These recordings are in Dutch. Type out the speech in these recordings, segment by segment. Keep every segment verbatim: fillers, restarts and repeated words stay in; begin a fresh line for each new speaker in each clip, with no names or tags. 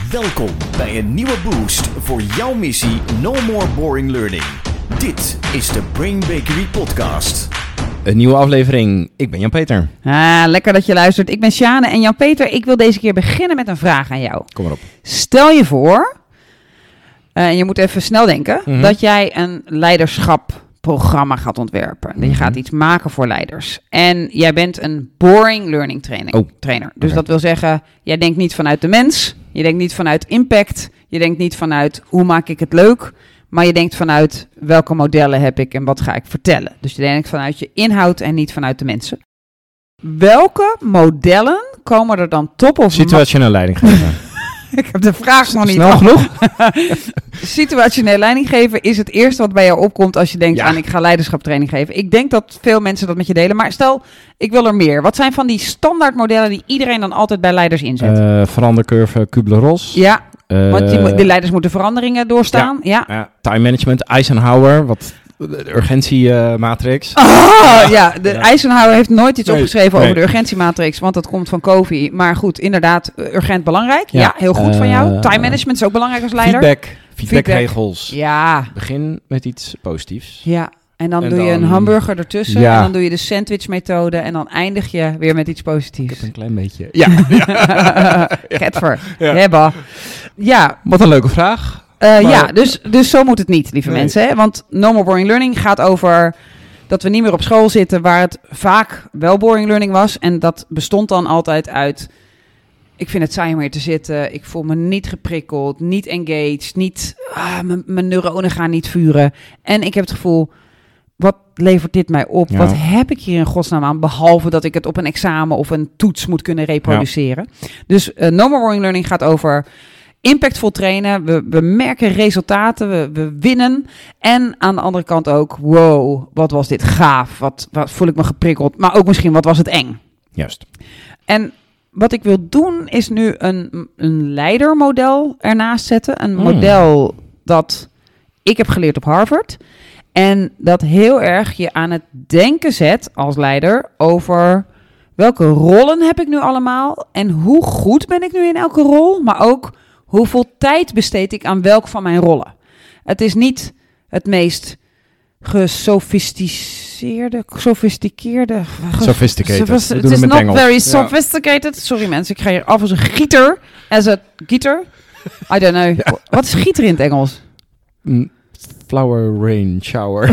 Welkom bij een nieuwe boost voor jouw missie No More Boring Learning. Dit is de Brain Bakery Podcast.
Een nieuwe aflevering. Ik ben Jan-Peter.
Ah, lekker dat je luistert. Ik ben Sjane en Jan-Peter, ik wil deze keer beginnen met een vraag aan jou.
Kom maar op.
Stel je voor, en uh, je moet even snel denken,
Mm-hmm.
dat jij een leiderschapprogramma gaat ontwerpen. Mm-hmm. Je gaat iets maken voor leiders. En jij bent een boring learning training,
oh.
trainer. Dus
Okay.
dat wil zeggen, jij denkt niet vanuit de mens, je denkt niet vanuit impact, je denkt niet vanuit hoe maak ik het leuk, maar je denkt vanuit welke modellen heb ik en wat ga ik vertellen. Dus je denkt vanuit je inhoud en niet vanuit de mensen. Welke modellen komen er dan top of...
Situationeel leiding geven.
Ik heb de vraag nog niet.
Snel genoeg?
Situationeel leiding geven is het eerste wat bij jou opkomt als je denkt
Ja.
aan ik ga leiderschaptraining geven. Ik denk dat veel mensen dat met je delen. Maar stel, ik wil er meer. Wat zijn van die standaardmodellen die iedereen dan altijd bij leiders inzet?
Uh, verandercurve Kubler-Ross.
ja,
Uh,
want die, de leiders moeten veranderingen doorstaan. Ja.
ja. Uh, time management, Eisenhower, wat de urgentiematrix.
Uh, oh, ja, de
Ja.
Eisenhower heeft nooit iets
Nee,
opgeschreven
nee.
over de urgentiematrix, want dat komt van Covey. Maar goed, inderdaad, urgent belangrijk. Ja,
Ja.
heel goed
Uh,
van jou. Time management is ook belangrijk als leider.
Feedback, feedbackregels.
Ja.
Begin met iets positiefs.
Ja. En dan
En
doe je
dan-
een hamburger ertussen.
Ja.
En dan doe je de sandwich-methode. En dan eindig je weer met iets
Ik
positiefs.
heb een klein beetje. Ja.
Getver.
Ja.
Hebba. Ja,
Wat een leuke vraag.
uh,
Maar-
ja dus, dus zo moet het niet, lieve
Nee.
mensen. Hè? Want No More Boring Learning gaat over dat we niet meer op school zitten waar het vaak wel boring learning was. En dat bestond dan altijd uit... Ik vind het saai om hier te zitten. Ik voel me niet geprikkeld, niet engaged, niet... Ah, mijn- mijn neuronen gaan niet vuren. En ik heb het gevoel... Wat levert dit mij op?
Ja.
Wat heb ik hier in godsnaam aan? Behalve dat ik het op een examen of een toets moet kunnen reproduceren. Dus uh, No More Boring Learning gaat over impactvol trainen. We, we merken resultaten, we, we winnen. En aan de andere kant ook, wow, wat was dit gaaf. Wat, wat voel ik me geprikkeld. Maar ook misschien, wat was het eng.
Juist.
En wat ik wil doen is nu een, een leidermodel ernaast zetten. Een
Hmm.
model dat ik heb geleerd op Harvard. En dat heel erg je aan het denken zet als leider over welke rollen heb ik nu allemaal en hoe goed ben ik nu in elke rol, maar ook hoeveel tijd besteed ik aan welk van mijn rollen. Het is niet het meest gesofisticeerde, sofisticeerde...
Sophisticated.
Sophisti-
We
Het
doen
is
het met
not
Engels.
very
Ja.
sophisticated. Sorry mensen, ik ga hier af als een gieter. As a gieter. I don't know.
Ja.
Wat is gieter in het Engels?
Mm, Flower rain shower.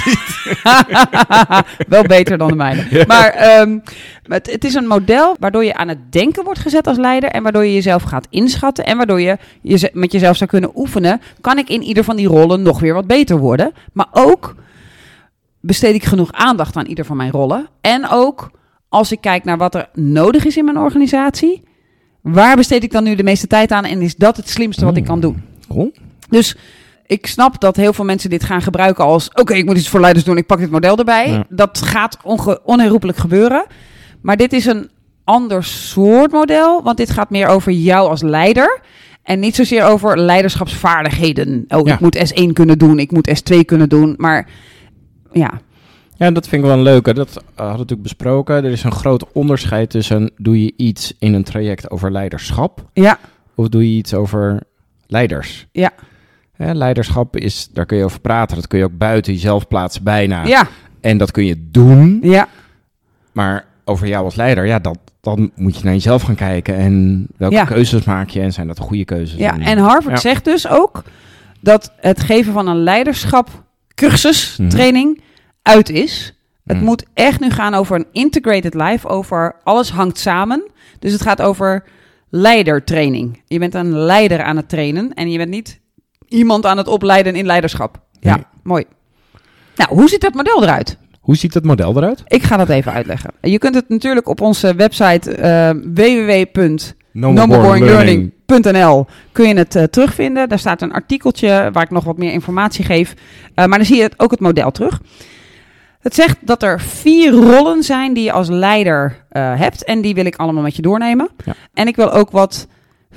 Wel beter dan de mijne.
Ja.
Maar um, het, het is een model waardoor je aan het denken wordt gezet als leider. En waardoor je jezelf gaat inschatten. En waardoor je, je met jezelf zou kunnen oefenen. Kan ik in ieder van die rollen nog weer wat beter worden? Maar ook besteed ik genoeg aandacht aan ieder van mijn rollen. En ook als ik kijk naar wat er nodig is in mijn organisatie. Waar besteed ik dan nu de meeste tijd aan? En is dat het slimste wat ik kan doen?
Cool.
Dus ik snap dat heel veel mensen dit gaan gebruiken als... oké, okay, ik moet iets voor leiders doen, ik pak dit model erbij.
Ja.
Dat gaat onge- onherroepelijk gebeuren. Maar dit is een ander soort model, want dit gaat meer over jou als leider... en niet zozeer over leiderschapsvaardigheden. Oh,
Ja.
ik moet S één kunnen doen, ik moet S twee kunnen doen. Maar ja,
Ja, dat vind ik wel een leuke. Dat uh, hadden we natuurlijk besproken. Er is een groot onderscheid tussen... doe je iets in een traject over leiderschap...
ja,
of doe je iets over leiders?
ja,
Hè, leiderschap is... daar kun je over praten. Dat kun je ook buiten jezelf plaatsen bijna.
ja,
En dat kun je doen.
ja.
Maar over jou als leider... ja, dat, dan moet je naar jezelf gaan kijken. En welke
Ja.
keuzes maak je? En zijn dat de goede keuzes?
Ja, en Harvard
Ja.
zegt dus ook dat het geven van een leiderschapcursus,
Mhm.
training, uit is. Het
Mhm.
moet echt nu gaan over een integrated life, over alles hangt samen. Dus het gaat over leidertraining. Je bent een leider aan het trainen en je bent niet iemand aan het opleiden in leiderschap. Ja,
Nee.
mooi. Nou, hoe ziet dat model eruit?
Hoe ziet het model eruit?
Ik ga dat even uitleggen. Je kunt het natuurlijk op onze website uh, w w w punt
No
no more boring learning punt n l kun je het uh, terugvinden. Daar staat een artikeltje waar ik nog wat meer informatie geef. Uh, maar dan zie je het, ook het model terug. Het zegt dat er vier rollen zijn die je als leider uh, hebt. En die wil ik allemaal met je doornemen.
Ja.
En ik wil ook wat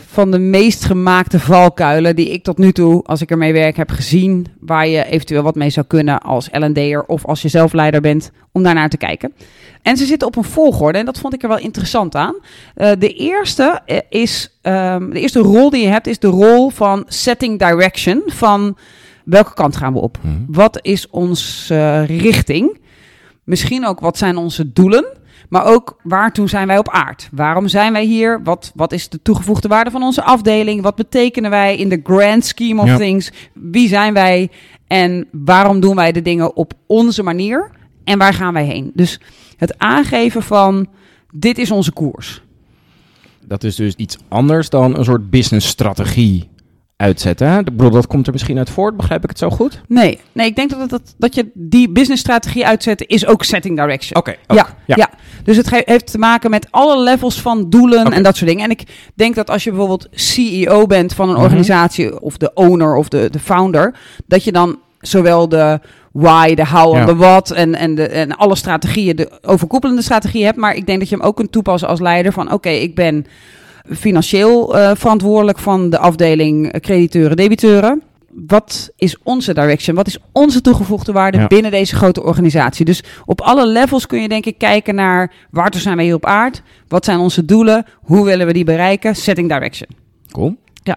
van de meest gemaakte valkuilen die ik tot nu toe, als ik ermee werk, heb gezien, waar je eventueel wat mee zou kunnen als L en D'er of als je zelf leider bent, om daarnaar te kijken. En ze zitten op een volgorde en dat vond ik er wel interessant aan. Uh, de eerste is, um, de eerste rol die je hebt is de rol van setting direction, van welke kant gaan we op? Hmm. Wat is onze uh, richting? Misschien ook wat zijn onze doelen? Maar ook waartoe zijn wij op aard? Waarom zijn wij hier? Wat, wat is de toegevoegde waarde van onze afdeling? Wat betekenen wij in de grand scheme of ja. things? Wie zijn wij? En waarom doen wij de dingen op onze manier? En waar gaan wij heen? Dus het aangeven van, dit is onze koers.
Dat is dus iets anders dan een soort businessstrategie uitzetten. Hè? Ik bedoel, dat komt er misschien uit voort. Begrijp ik het zo goed?
Nee, nee ik denk dat, het, dat je die businessstrategie uitzetten is ook setting direction.
Oké. Okay,
ja, ja. ja, dus het ge- heeft te maken met alle levels van doelen okay. en dat soort dingen. En ik denk dat als je bijvoorbeeld C E O bent van een mm-hmm. organisatie of de owner of de, de founder, dat je dan zowel de why, de how en ja. de what en, en, de, en alle strategieën, de overkoepelende strategieën hebt. Maar ik denk dat je hem ook kunt toepassen als leider van oké, okay, ik ben financieel uh, verantwoordelijk van de afdeling uh, crediteuren, debiteuren. Wat is onze direction? Wat is onze toegevoegde waarde ja. binnen deze grote organisatie? Dus op alle levels kun je denk ik kijken naar waartoe zijn wij hier op aard? Wat zijn onze doelen? Hoe willen we die bereiken? Setting direction.
Cool.
Ja.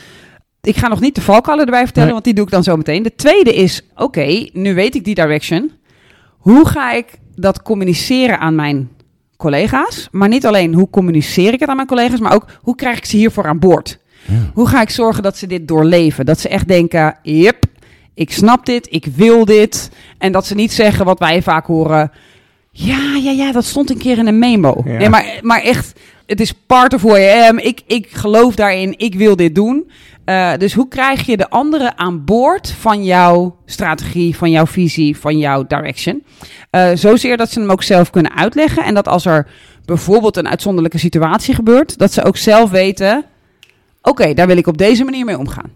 Ik ga nog niet de valkuilen erbij vertellen, nee. want die doe ik dan zo meteen. De tweede is, oké, okay, nu weet ik die direction. Hoe ga ik dat communiceren aan mijn collega's? Maar niet alleen hoe communiceer ik het aan mijn collega's, maar ook hoe krijg ik ze hiervoor aan boord? Ja. Hoe ga ik zorgen dat ze dit doorleven? Dat ze echt denken, yep, ik snap dit, ik wil dit. En dat ze niet zeggen wat wij vaak horen. Ja, ja, ja, dat stond een keer in een memo. Ja. Nee, maar, maar echt, het is part of who I am. Ik, ik geloof daarin, ik wil dit doen. Uh, dus hoe krijg je de anderen aan boord van jouw strategie, van jouw visie, van jouw direction? Uh, zozeer dat ze hem ook zelf kunnen uitleggen. En dat als er bijvoorbeeld een uitzonderlijke situatie gebeurt, dat ze ook zelf weten, oké, okay, daar wil ik op deze manier mee omgaan.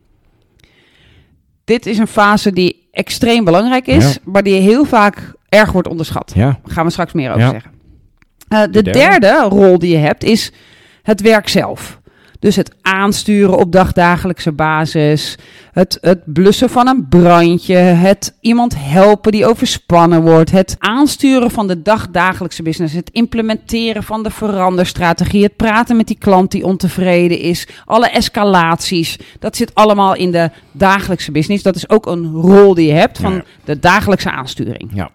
Dit is een fase die extreem belangrijk is, ja. maar die heel vaak erg wordt onderschat. Ja. Daar gaan we straks meer over ja. zeggen. Uh, de, de derde. derde rol die je hebt is het werk zelf. Dus het aansturen op dagdagelijkse basis, het, het blussen van een brandje, het iemand helpen die overspannen wordt, het aansturen van de dagdagelijkse business, het implementeren van de veranderstrategie, het praten met die klant die ontevreden is, alle escalaties, dat zit allemaal in de dagelijkse business. Dat is ook een rol die je hebt van ja. de dagelijkse aansturing. Ja.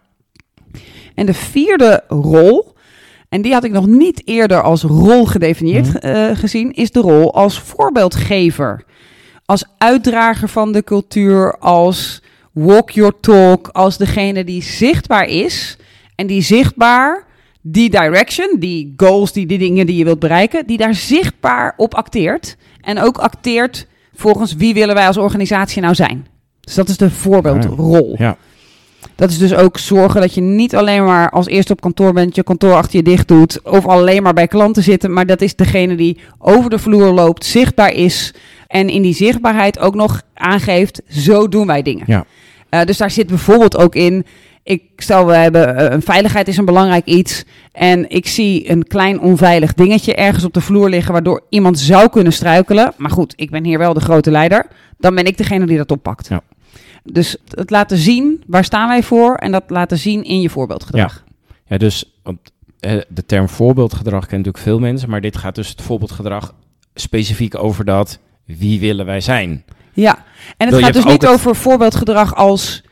En de vierde rol, en die had ik nog niet eerder als rol gedefinieerd mm. uh, gezien, is de rol als voorbeeldgever. Als uitdrager van de cultuur, als walk your talk, als degene die zichtbaar is en die zichtbaar die direction, die goals, die, die dingen die je wilt bereiken, die daar zichtbaar op acteert. En ook acteert volgens wie willen wij als organisatie nou zijn. Dus dat is de voorbeeldrol. Ja. Dat is dus ook zorgen dat je niet alleen maar als eerste op kantoor bent, je kantoor achter je dicht doet of alleen maar bij klanten zitten, maar dat is degene die over de vloer loopt, zichtbaar is en in die zichtbaarheid ook nog aangeeft, zo doen wij dingen. Ja. Uh, dus daar zit bijvoorbeeld ook in, ik stel we hebben, uh, een veiligheid is een belangrijk iets en ik zie een klein onveilig dingetje ergens op de vloer liggen waardoor iemand zou kunnen struikelen, maar goed, ik ben hier wel de grote leider, dan ben ik degene die dat oppakt. Ja. Dus het laten zien, waar staan wij voor? En dat laten zien in je voorbeeldgedrag.
Ja, ja dus want, eh, de term voorbeeldgedrag kennen natuurlijk veel mensen, maar dit gaat dus het voorbeeldgedrag specifiek over dat wie willen wij zijn.
Ja, en het Wil gaat dus niet het... over voorbeeldgedrag als,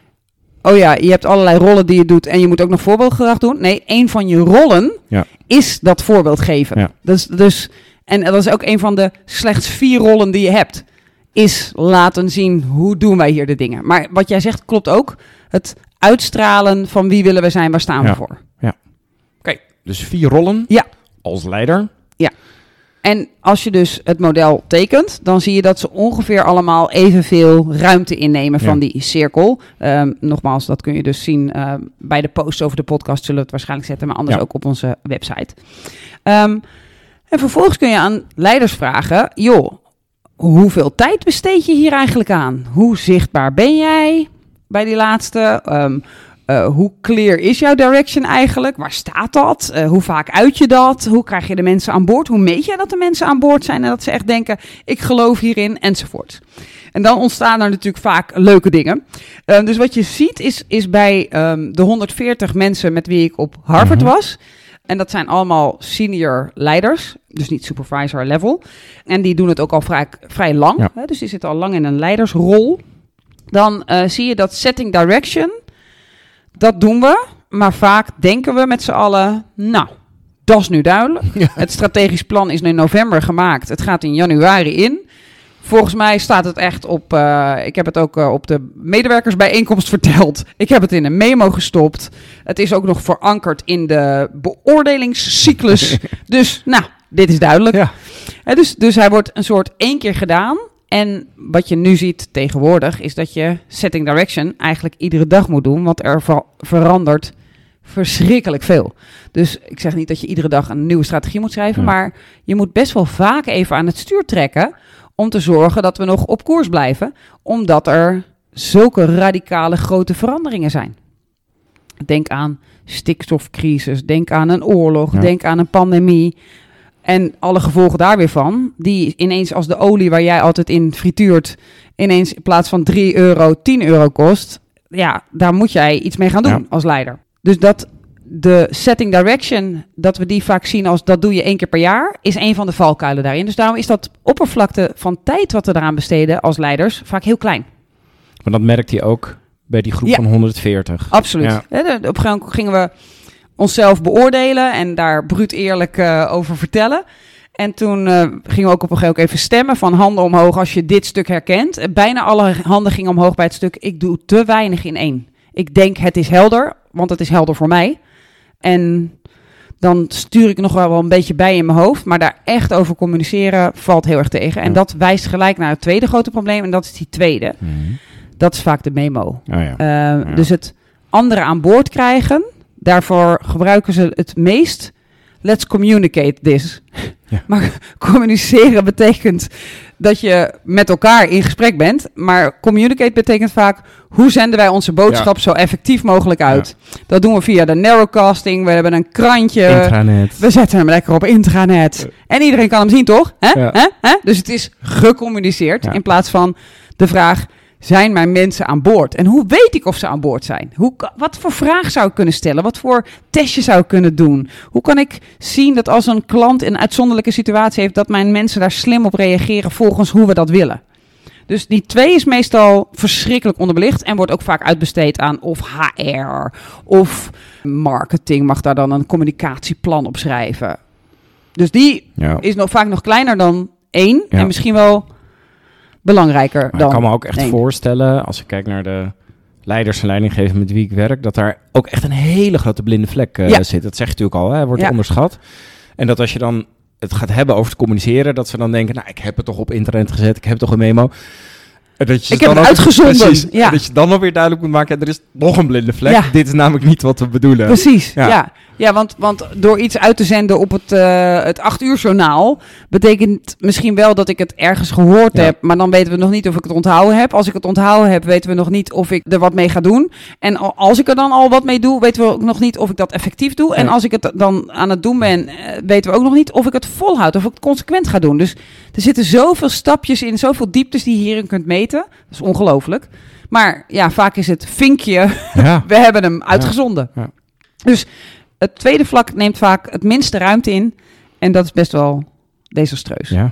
oh ja, je hebt allerlei rollen die je doet en je moet ook nog voorbeeldgedrag doen. Nee, een van je rollen ja. is dat voorbeeld geven. Ja. Dus, dus, en dat is ook een van de slechts vier rollen die je hebt. Is laten zien hoe doen wij hier de dingen. Maar wat jij zegt klopt ook. Het uitstralen van wie willen we zijn, waar staan
ja.
we voor.
Ja. Oké, okay. Dus vier rollen ja. als leider.
Ja. En als je dus het model tekent, dan zie je dat ze ongeveer allemaal evenveel ruimte innemen van ja. die cirkel. Um, nogmaals, dat kun je dus zien uh, bij de posts over de podcast, zullen we het waarschijnlijk zetten, maar anders ja. ook op onze website. Um, en vervolgens kun je aan leiders vragen, joh, hoeveel tijd besteed je hier eigenlijk aan? Hoe zichtbaar ben jij bij die laatste? Um, Uh, hoe clear is jouw direction eigenlijk? Waar staat dat? Uh, hoe vaak uit je dat? Hoe krijg je de mensen aan boord? Hoe meet je dat de mensen aan boord zijn en dat ze echt denken, ik geloof hierin, enzovoort. En dan ontstaan er natuurlijk vaak leuke dingen. Uh, dus wat je ziet is, is bij um, de honderdveertig mensen met wie ik op Harvard mm-hmm. was. En dat zijn allemaal senior leiders, dus niet supervisor level. En die doen het ook al vrij, vrij lang. Ja. Hè? Dus die zitten al lang in een leidersrol. Dan uh, zie je dat setting direction, dat doen we. Maar vaak denken we met z'n allen, nou, dat is nu duidelijk. Ja. Het strategisch plan is nu in november gemaakt. Het gaat in januari in. Volgens mij staat het echt op, uh, ik heb het ook uh, op de medewerkersbijeenkomst verteld. Ik heb het in een memo gestopt. Het is ook nog verankerd in de beoordelingscyclus. Dus, nou, dit is duidelijk. Ja. He, dus, dus hij wordt een soort één keer gedaan. En wat je nu ziet tegenwoordig is dat je setting direction eigenlijk iedere dag moet doen. Want er va- verandert verschrikkelijk veel. Dus ik zeg niet dat je iedere dag een nieuwe strategie moet schrijven. Ja. Maar je moet best wel vaak even aan het stuur trekken om te zorgen dat we nog op koers blijven. Omdat er zulke radicale grote veranderingen zijn. Denk aan stikstofcrisis, denk aan een oorlog, ja. denk aan een pandemie. En alle gevolgen daar weer van, die ineens als de olie waar jij altijd in frituurt, ineens in plaats van drie euro, tien euro kost. Ja, daar moet jij iets mee gaan doen ja. als leider. Dus dat de setting direction, dat we die vaak zien als dat doe je één keer per jaar, is een van de valkuilen daarin. Dus daarom is dat oppervlakte van tijd wat we eraan besteden als leiders vaak heel klein.
Maar dat merkt hij ook bij die groep ja. van honderdveertig.
Absoluut. Ja. Op een gegeven moment gingen we onszelf beoordelen en daar bruut eerlijk uh, over vertellen. En toen uh, gingen we ook op een gegeven moment even stemmen van handen omhoog als je dit stuk herkent. Bijna alle handen gingen omhoog bij het stuk ik doe te weinig in één. Ik denk het is helder, want het is helder voor mij. En dan stuur ik nog wel een beetje bij in mijn hoofd. Maar daar echt over communiceren valt heel erg tegen. En ja. dat wijst gelijk naar het tweede grote probleem. En dat is die tweede. Mm-hmm. Dat is vaak de memo. Oh ja. Uh, ja. Dus het anderen aan boord krijgen. Daarvoor gebruiken ze het meest. Let's communicate this. Ja. Maar communiceren betekent dat je met elkaar in gesprek bent. Maar communicate betekent vaak, hoe zenden wij onze boodschap ja. zo effectief mogelijk uit? Ja. Dat doen we via de narrowcasting. We hebben een krantje.
Intranet.
We zetten hem lekker op intranet. Ja. En iedereen kan hem zien, toch? Hè? Ja. Hè? Hè? Dus het is gecommuniceerd. Ja. In plaats van de vraag, zijn mijn mensen aan boord? En hoe weet ik of ze aan boord zijn? Hoe, wat voor vraag zou ik kunnen stellen? Wat voor testje zou ik kunnen doen? Hoe kan ik zien dat als een klant een uitzonderlijke situatie heeft, dat mijn mensen daar slim op reageren volgens hoe we dat willen? Dus die twee is meestal verschrikkelijk onderbelicht en wordt ook vaak uitbesteed aan of H R of marketing mag daar dan een communicatieplan op schrijven. Dus die ja. is nog vaak nog kleiner dan één ja. en misschien wel belangrijker maar dan.
Ik kan me ook echt
één.
voorstellen, als ik kijk naar de leiders en leidinggevers met wie ik werk, dat daar ook echt een hele grote blinde vlek uh, ja. zit. Dat zeg je natuurlijk al, hè, wordt ja. onderschat. En dat als je dan het gaat hebben over het communiceren, dat ze dan denken, nou, ik heb het toch op internet gezet, ik heb toch een memo. Dat je
ik heb het uitgezonden.
Precies,
ja.
Dat je dan nog weer duidelijk moet maken, er is nog een blinde vlek. Ja. Dit is namelijk niet wat we bedoelen.
Precies, ja. ja. Ja, want, want door iets uit te zenden op het, uh, het acht uur journaal betekent misschien wel dat ik het ergens gehoord ja. heb, maar dan weten we nog niet of ik het onthouden heb. Als ik het onthouden heb, weten we nog niet of ik er wat mee ga doen. En als ik er dan al wat mee doe, weten we ook nog niet of ik dat effectief doe. Ja. En als ik het dan aan het doen ben, weten we ook nog niet of ik het volhoud, of ik het consequent ga doen. Dus er zitten zoveel stapjes in, zoveel dieptes die je hierin kunt meten. Dat is ongelooflijk. Maar ja, vaak is het vinkje, ja. we hebben hem uitgezonden. Ja. Ja. Dus het tweede vlak neemt vaak het minste ruimte in. En dat is best wel desastreus. Ja.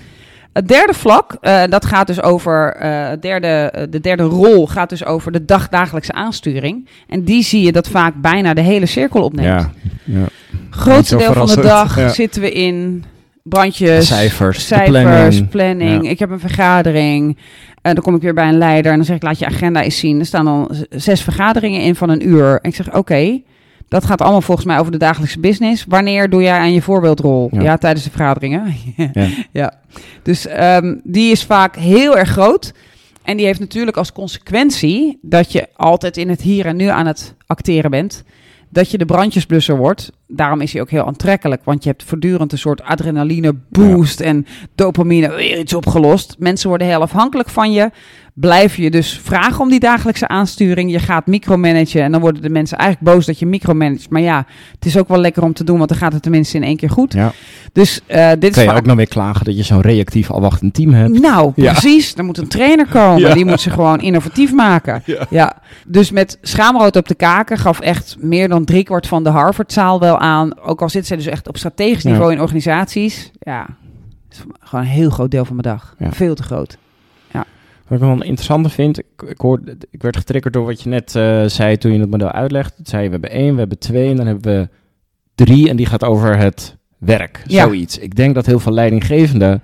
Het derde vlak, uh, dat gaat dus over, uh, derde, uh, de derde rol gaat dus over de dagdagelijkse aansturing. En die zie je dat vaak bijna de hele cirkel opneemt. Ja. Ja. Grootste deel van de dag ja. zitten we in brandjes,
cijfers,
cijfers
planning.
planning. Ja. Ik heb een vergadering. Uh, dan kom ik weer bij een leider en dan zeg ik, laat je agenda eens zien. Er staan dan zes vergaderingen in van een uur. En ik zeg, oké. Okay, dat gaat allemaal volgens mij over de dagelijkse business. Wanneer doe jij aan je voorbeeldrol? Ja, ja tijdens de vergaderingen. ja. ja. Dus um, die is vaak heel erg groot. En die heeft natuurlijk als consequentie dat je altijd in het hier en nu aan het acteren bent. Dat je de brandjesblusser wordt. Daarom is hij ook heel aantrekkelijk. Want je hebt voortdurend een soort adrenaline boost ja. en dopamine, weer iets opgelost. Mensen worden heel afhankelijk van je. blijf je dus vragen om die dagelijkse aansturing. Je gaat micromanagen en dan worden de mensen eigenlijk boos dat je micromanagt. Maar ja, het is ook wel lekker om te doen, want dan gaat het tenminste in één keer goed.
Ja.
Dus uh, dit
Kun
is
je ook nog weer klagen dat je zo'n reactief afwachtend team hebt?
Nou,
Ja.
precies. Er moet een trainer komen.
Ja.
Die moet ze gewoon innovatief maken.
Ja.
Ja. Dus met schaamrood op de kaken gaf echt meer dan driekwart van de Harvardzaal wel aan. Ook al zitten ze dus echt op strategisch
Ja.
niveau in organisaties. Ja, is gewoon een heel groot deel van mijn dag.
Ja.
Veel te groot.
Wat ik wel een interessante vind, ik, ik, hoorde, ik werd getriggerd door wat je net uh, zei toen je het model uitlegde. Het zei, we hebben één, we hebben twee en dan hebben we drie en die gaat over het werk.
Ja.
Zoiets. Ik denk dat heel veel leidinggevenden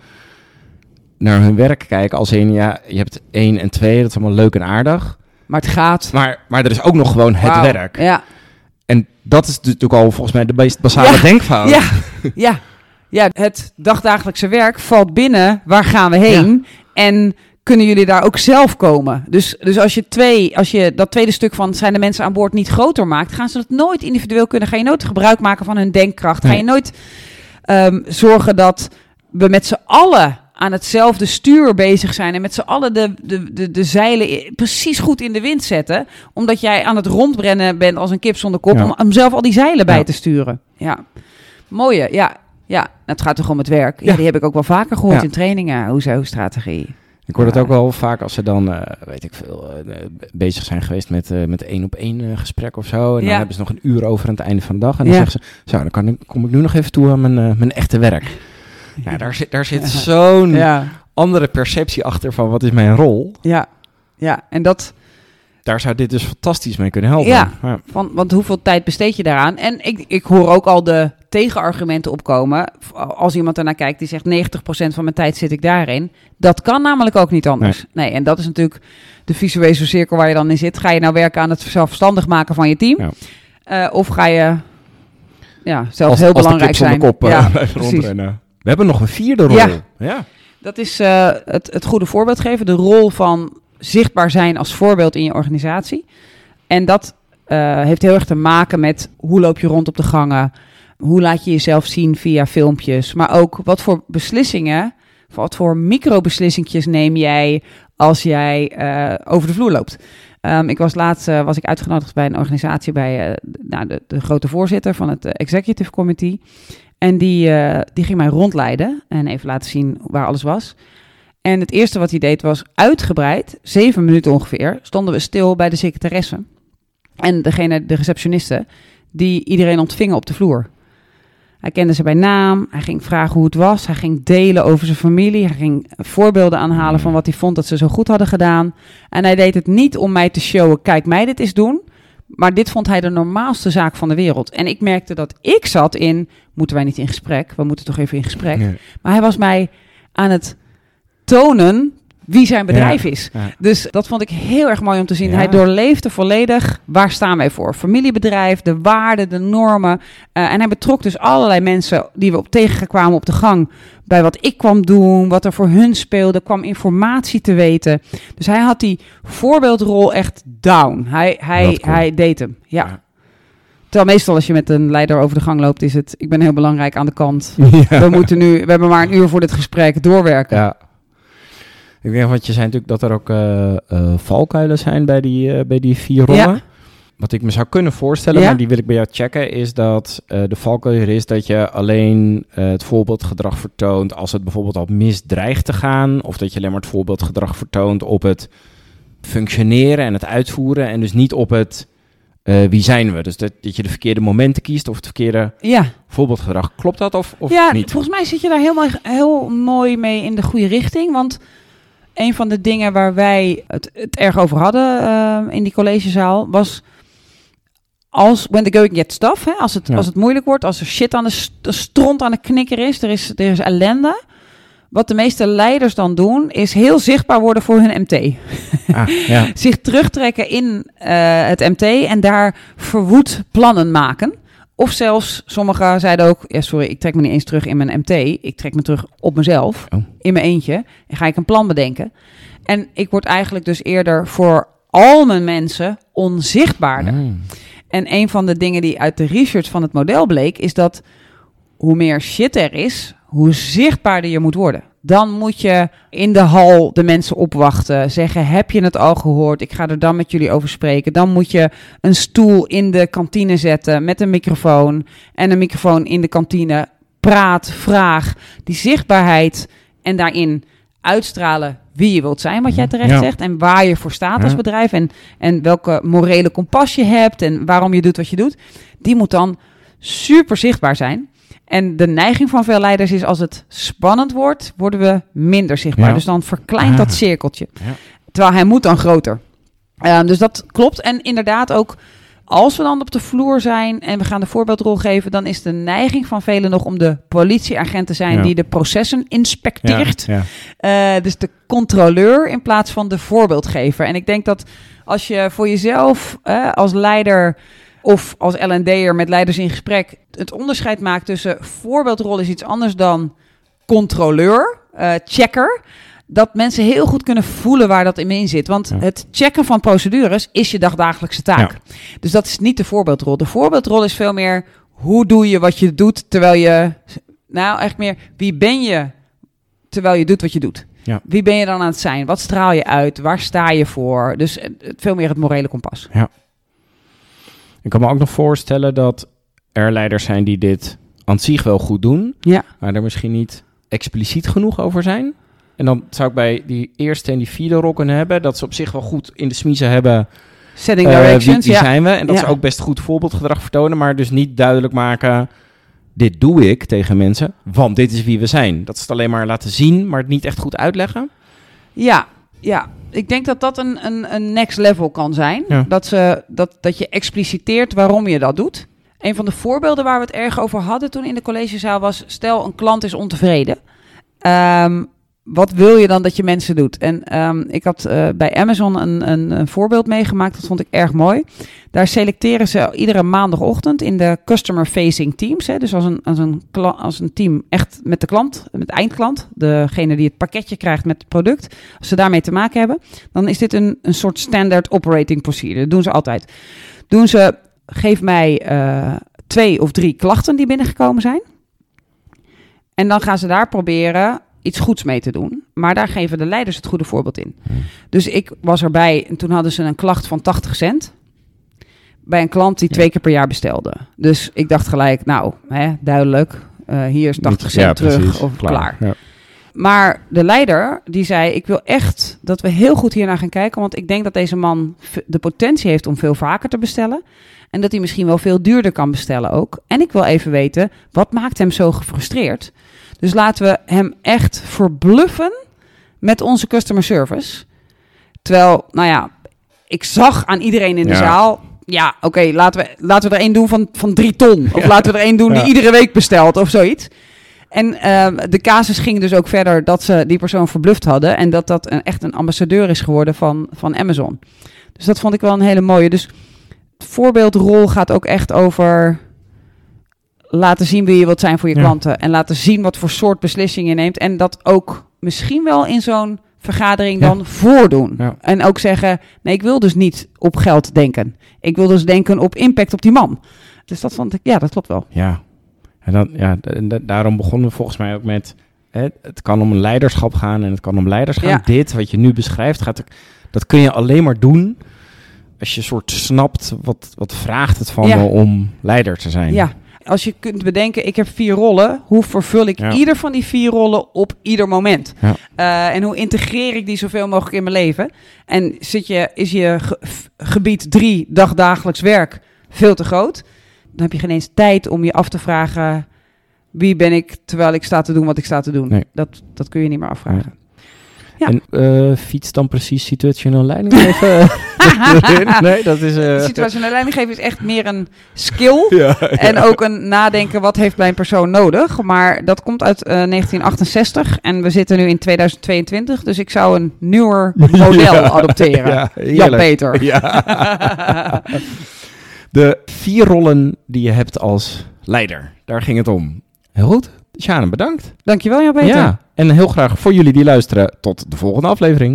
naar hun werk kijken als in, ja, je hebt één en twee, dat is allemaal leuk en aardig.
Maar het gaat.
Maar, maar er is ook nog gewoon het
Wauw.
werk.
Ja.
En dat is natuurlijk al volgens mij de meest basale
Ja.
denkfout.
Ja. ja. Ja, het dagdagelijkse werk valt binnen. Waar gaan we heen? En kunnen jullie daar ook zelf komen? Dus, dus als je twee, als je dat tweede stuk van zijn de mensen aan boord niet groter maakt, gaan ze dat nooit individueel kunnen. Ga je nooit gebruik maken van hun denkkracht. Ga je
Nee.
nooit um, zorgen dat we met z'n allen aan hetzelfde stuur bezig zijn en met z'n allen de, de, de, de zeilen i- precies goed in de wind zetten, omdat jij aan het rondbrennen bent als een kip zonder kop,
Ja.
om, om zelf al die zeilen bij
Ja.
te sturen. Ja, mooie, ja. Ja, het gaat toch om het werk. Ja,
Ja.
die heb ik ook wel vaker gehoord
Ja.
in trainingen. Hoe zo strategie.
Ik hoor het
Ja.
ook wel vaak als ze dan, uh, weet ik veel, uh, bezig zijn geweest met, uh, met één op één uh, gesprek of zo. En dan
Ja.
hebben ze nog een uur over aan het einde van de dag. En dan
Ja.
zeggen ze, zo, dan kan ik, kom ik nu nog even toe aan mijn, uh, mijn echte werk. Ja, daar zit, daar zit zo'n
Ja,
andere perceptie achter van wat is mijn rol.
ja, ja. En dat,
Daar zou dit dus fantastisch mee kunnen helpen.
Ja.
Ja.
van, want hoeveel tijd besteed je daaraan? En ik, ik hoor ook al de tegenargumenten opkomen. Als iemand ernaar kijkt die zegt negentig procent van mijn tijd zit ik daarin. Dat kan namelijk ook niet anders. Nee, en dat is natuurlijk de visuele cirkel waar je dan in zit. Ga je nou werken aan het zelfstandig maken van je team?
Ja.
Uh, of ga je ja, zelf
Als,
heel
als
belangrijk
de kip
zijn?
zonder kop uh,
Ja,
blijven
precies.
rondrennen. We hebben nog een vierde rol.
Ja.
Ja.
Dat is uh, het, het goede voorbeeld geven. De rol van zichtbaar zijn als voorbeeld in je organisatie. En dat uh, heeft heel erg te maken met hoe loop je rond op de gangen. Hoe laat je jezelf zien via filmpjes. Maar ook wat voor beslissingen, wat voor microbeslissingjes neem jij als jij uh, over de vloer loopt. Um, ik was laatst uh, was ik uitgenodigd bij een organisatie bij uh, nou, de, de grote voorzitter van het uh, Executive Committee. En die, uh, die ging mij rondleiden en even laten zien waar alles was. En het eerste wat hij deed was uitgebreid, zeven minuten ongeveer, stonden we stil bij de secretaresse. En degene, de receptioniste, die iedereen ontvingen op de vloer. Hij kende ze bij naam, hij ging vragen hoe het was, hij ging delen over zijn familie, hij ging voorbeelden aanhalen van wat hij vond dat ze zo goed hadden gedaan. En hij deed het niet om mij te showen, kijk mij dit eens doen, maar dit vond hij de normaalste zaak van de wereld. En ik merkte dat ik zat in, moeten wij niet in gesprek, we moeten toch even in gesprek.
Nee.
Maar hij was mij aan het tonen wie zijn bedrijf
Ja,
is.
ja.
Dus dat vond ik heel erg mooi om te zien.
Ja.
Hij doorleefde volledig, waar staan wij voor? Familiebedrijf, de waarden, de normen. Uh, en hij betrok dus allerlei mensen die we op tegenkwamen op de gang bij wat ik kwam doen, wat er voor hun speelde, kwam informatie te weten. Dus hij had die voorbeeldrol echt down. Hij, hij,
Cool.
hij deed hem, ja.
Ja.
Terwijl meestal als je met een leider over de gang loopt, is het, ik ben heel belangrijk aan de kant.
Ja.
We moeten nu, we hebben maar een uur voor dit gesprek doorwerken.
Ja. Ik denk, want je zei natuurlijk dat er ook uh, uh, valkuilen zijn bij die, uh, bij die vier rollen.
Ja.
Wat ik me zou kunnen voorstellen,
Ja.
maar die wil ik bij jou checken, is dat uh, de valkuil is dat je alleen uh, het voorbeeldgedrag vertoont als het bijvoorbeeld al misdreigt te gaan. Of dat je alleen maar het voorbeeldgedrag vertoont op het functioneren en het uitvoeren. En dus niet op het uh, wie zijn we. Dus dat, dat je de verkeerde momenten kiest of het verkeerde
Ja.
voorbeeldgedrag. Klopt dat of, of
ja,
niet?
volgens mij zit je daar heel mooi, heel mooi mee in de goede richting. Want een van de dingen waar wij het, het erg over hadden uh, in die collegezaal was als when the going gets tough, hè, als, het,
Ja.
als het moeilijk wordt, als er shit aan de, st- de stront aan de knikker is, er is, er is ellende. Wat de meeste leiders dan doen, is heel zichtbaar worden voor hun M T.
Ah, ja.
Zich terugtrekken in uh, het M T en daar verwoed plannen maken. Of zelfs, sommigen zeiden ook, ja sorry, ik trek me niet eens terug in mijn M T. Ik trek me terug op mezelf,
Oh.
in mijn eentje. En ga ik een plan bedenken. En ik word eigenlijk dus eerder voor al mijn mensen onzichtbaarder.
Mm.
En een van de dingen die uit de research van het model bleek, is dat hoe meer shit er is, hoe zichtbaarder je moet worden. Dan moet je in de hal de mensen opwachten. Zeggen, heb je het al gehoord? Ik ga er dan met jullie over spreken. Dan moet je een stoel in de kantine zetten met een microfoon. En een microfoon in de kantine. Praat, vraag. Die zichtbaarheid en daarin uitstralen wie je wilt zijn, wat jij terecht ja. zegt. En waar je voor staat ja. als bedrijf. En, en welke morele kompas je hebt. En waarom je doet wat je doet. Die moet dan super zichtbaar zijn. En de neiging van veel leiders is, als het spannend wordt, worden we minder zichtbaar. Ja. Dus dan verkleint ah. dat cirkeltje. Ja. Terwijl hij moet dan groter. Uh, dus dat klopt. En inderdaad ook, als we dan op de vloer zijn en we gaan de voorbeeldrol geven, dan is de neiging van velen nog om de politieagent te zijn ja. die de processen inspecteert. Ja. Ja. Uh, dus de controleur in plaats van de voorbeeldgever. En ik denk dat als je voor jezelf uh, als leider of als L en D'er met leiders in gesprek het onderscheid maakt tussen voorbeeldrol is iets anders dan controleur, uh, checker, dat mensen heel goed kunnen voelen waar dat in zit. Want ja. het checken van procedures is je dagdagelijkse taak. Ja. Dus dat is niet de voorbeeldrol. De voorbeeldrol is veel meer, hoe doe je wat je doet terwijl je, nou echt meer, wie ben je terwijl je doet wat je doet? Ja. Wie ben je dan aan het zijn? Wat straal je uit? Waar sta je voor? Dus veel meer het morele kompas.
Ja. Ik kan me ook nog voorstellen dat er leiders zijn die dit aan zich wel goed doen, ja. maar er misschien niet expliciet genoeg over zijn. En dan zou ik bij die eerste en die vierde rol kunnen hebben, dat ze op zich wel goed in de smiezen hebben.
Setting directions,
uh, wie, wie
ja.
zijn we? En dat
ja.
ze ook best goed voorbeeldgedrag vertonen, maar dus niet duidelijk maken, dit doe ik tegen mensen, want dit is wie we zijn. Dat ze het alleen maar laten zien, maar het niet echt goed uitleggen.
Ja, ja. Ik denk dat dat een, een, een next level kan zijn. Ja. Dat, ze, dat, dat je expliciteert waarom je dat doet. Een van de voorbeelden waar we het erg over hadden toen in de collegezaal was, stel een klant is ontevreden. Um, wat wil je dan dat je mensen doet? En um, ik had uh, bij Amazon een, een, een voorbeeld meegemaakt. Dat vond ik erg mooi. Daar selecteren ze iedere maandagochtend in de customer-facing teams. Hè, dus als een, als, een, als een team echt met de klant, met de eindklant, degene die het pakketje krijgt met het product. Als ze daarmee te maken hebben, dan is dit een, een soort standard operating procedure. Dat doen ze altijd. Doen ze, geef mij uh, twee of drie klachten die binnengekomen zijn. En dan gaan ze daar proberen iets goeds mee te doen. Maar daar geven de leiders het goede voorbeeld in. Hmm. Dus ik was erbij en toen hadden ze een klacht van tachtig cent. Bij een klant die ja. twee keer per jaar bestelde. Dus ik dacht gelijk, nou, hè, duidelijk. Uh, hier is tachtig cent ja, terug precies. of klaar. klaar. Ja. Maar de leider die zei, ik wil echt dat we heel goed hiernaar gaan kijken. Want ik denk dat deze man de potentie heeft om veel vaker te bestellen. En dat hij misschien wel veel duurder kan bestellen ook. En ik wil even weten, wat maakt hem zo gefrustreerd? Dus laten we hem echt verbluffen met onze customer service. Terwijl, nou ja, ik zag aan iedereen in de ja. zaal, ja, oké, okay, laten, we, laten we er één doen van, van drie ton. Of ja. laten we er één doen ja. die iedere week bestelt of zoiets. En uh, de casus ging dus ook verder dat ze die persoon verbluft hadden. En dat dat een, echt een ambassadeur is geworden van, van Amazon. Dus dat vond ik wel een hele mooie. Dus het voorbeeldrol gaat ook echt over laten zien wie je wilt zijn voor je ja. klanten. En laten zien wat voor soort beslissingen je neemt. En dat ook misschien wel in zo'n vergadering ja. dan voordoen. Ja. En ook zeggen, nee, ik wil dus niet op geld denken. Ik wil dus denken op impact op die man. Dus dat vond ik, ja, dat klopt wel.
Ja, en dan, ja, d- d- daarom begonnen we volgens mij ook met, hè, het kan om een leiderschap gaan en het kan om leiders gaan. Ja. Dit, wat je nu beschrijft, gaat, dat kun je alleen maar doen als je soort snapt, wat, wat vraagt het van ja. me om leider te zijn.
Ja. Als je kunt bedenken, ik heb vier rollen. Hoe vervul ik ja. ieder van die vier rollen op ieder moment? Ja. Uh, en hoe integreer ik die zoveel mogelijk in mijn leven? En zit je, is je ge- gebied drie dagdagelijks werk veel te groot? Dan heb je geen eens tijd om je af te vragen, wie ben ik terwijl ik sta te doen wat ik sta te doen? Nee. Dat, dat kun je niet meer afvragen. Nee. Ja.
En uh, fiets dan precies situationeel leiding geven? Nee, dat is... Uh...
Situationeel leiding geven is echt meer een skill. Ja, ja. En ook een nadenken, wat heeft mijn persoon nodig? Maar dat komt uit uh, negentien achtenzestig en we zitten nu in tweeduizend tweeëntwintig. Dus ik zou een nieuwer model ja, adopteren. Ja, Jan-Peter.
Ja. De vier rollen die je hebt als leider, daar ging het om. Heel goed. Sjane, bedankt.
Dankjewel, Jan-Peter.
Ja, en heel graag voor jullie die luisteren. Tot de volgende aflevering.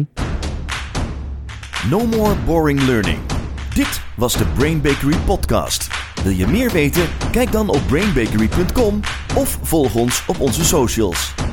No more boring learning. Dit was de Brain Bakery podcast. Wil je meer weten? Kijk dan op brain bakery punt com of volg ons op onze socials.